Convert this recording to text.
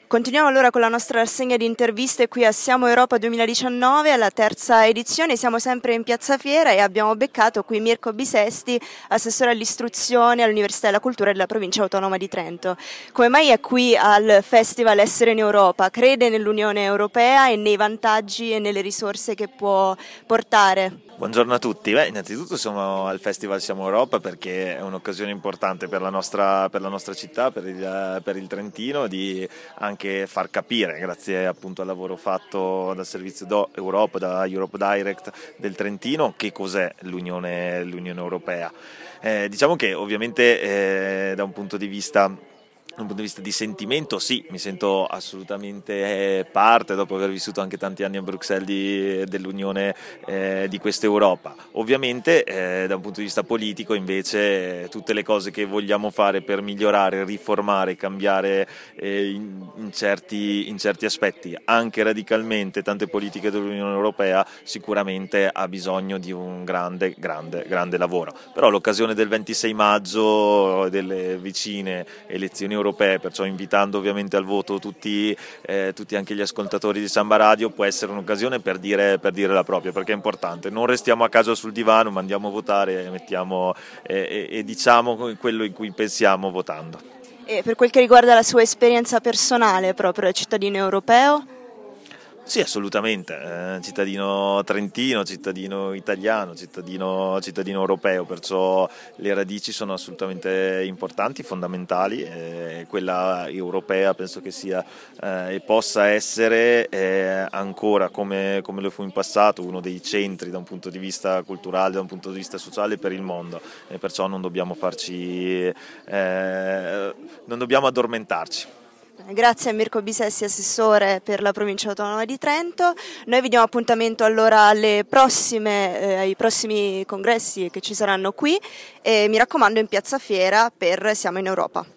Continuiamo allora con la nostra rassegna di interviste qui a Siamo Europa 2019, alla terza edizione. Siamo sempre in Piazza Fiera e abbiamo beccato qui Mirko Bisesti, assessore all'istruzione all'Università della Cultura della Provincia Autonoma di Trento. Come mai è qui al Festival Essere in Europa? Crede nell'Unione Europea e nei vantaggi e nelle risorse che può portare? Buongiorno a tutti. Innanzitutto siamo al Festival Siamo Europa perché è un'occasione importante per la nostra città, per il Trentino, di anche far capire, grazie appunto al lavoro fatto dal servizio Europa, da Europe Direct del Trentino, che cos'è l'Unione Europea. Diciamo che ovviamente da un punto di vista di sentimento, sì, mi sento assolutamente parte, dopo aver vissuto anche tanti anni a Bruxelles dell'Unione di questa Europa. Ovviamente da un punto di vista politico invece tutte le cose che vogliamo fare per migliorare, riformare, cambiare in certi aspetti, anche radicalmente, tante politiche dell'Unione Europea, sicuramente ha bisogno di un grande lavoro. Però l'occasione del 26 maggio, delle vicine elezioni europee, perciò invitando ovviamente al voto tutti anche gli ascoltatori di Samba Radio, può essere un'occasione per dire la propria, perché è importante. Non restiamo a casa sul divano, ma andiamo a votare e diciamo quello in cui pensiamo votando. E per quel che riguarda la sua esperienza personale proprio da cittadino europeo? Sì, assolutamente, cittadino trentino, cittadino italiano, cittadino europeo, perciò le radici sono assolutamente importanti, fondamentali, quella europea penso che sia e possa essere ancora come lo fu in passato uno dei centri da un punto di vista culturale, da un punto di vista sociale per il mondo, e perciò non dobbiamo non dobbiamo addormentarci. Grazie a Mirko Bisesti, assessore per la provincia autonoma di Trento. Noi vi diamo appuntamento allora ai prossimi congressi che ci saranno qui e mi raccomando in Piazza Fiera per Siamo in Europa.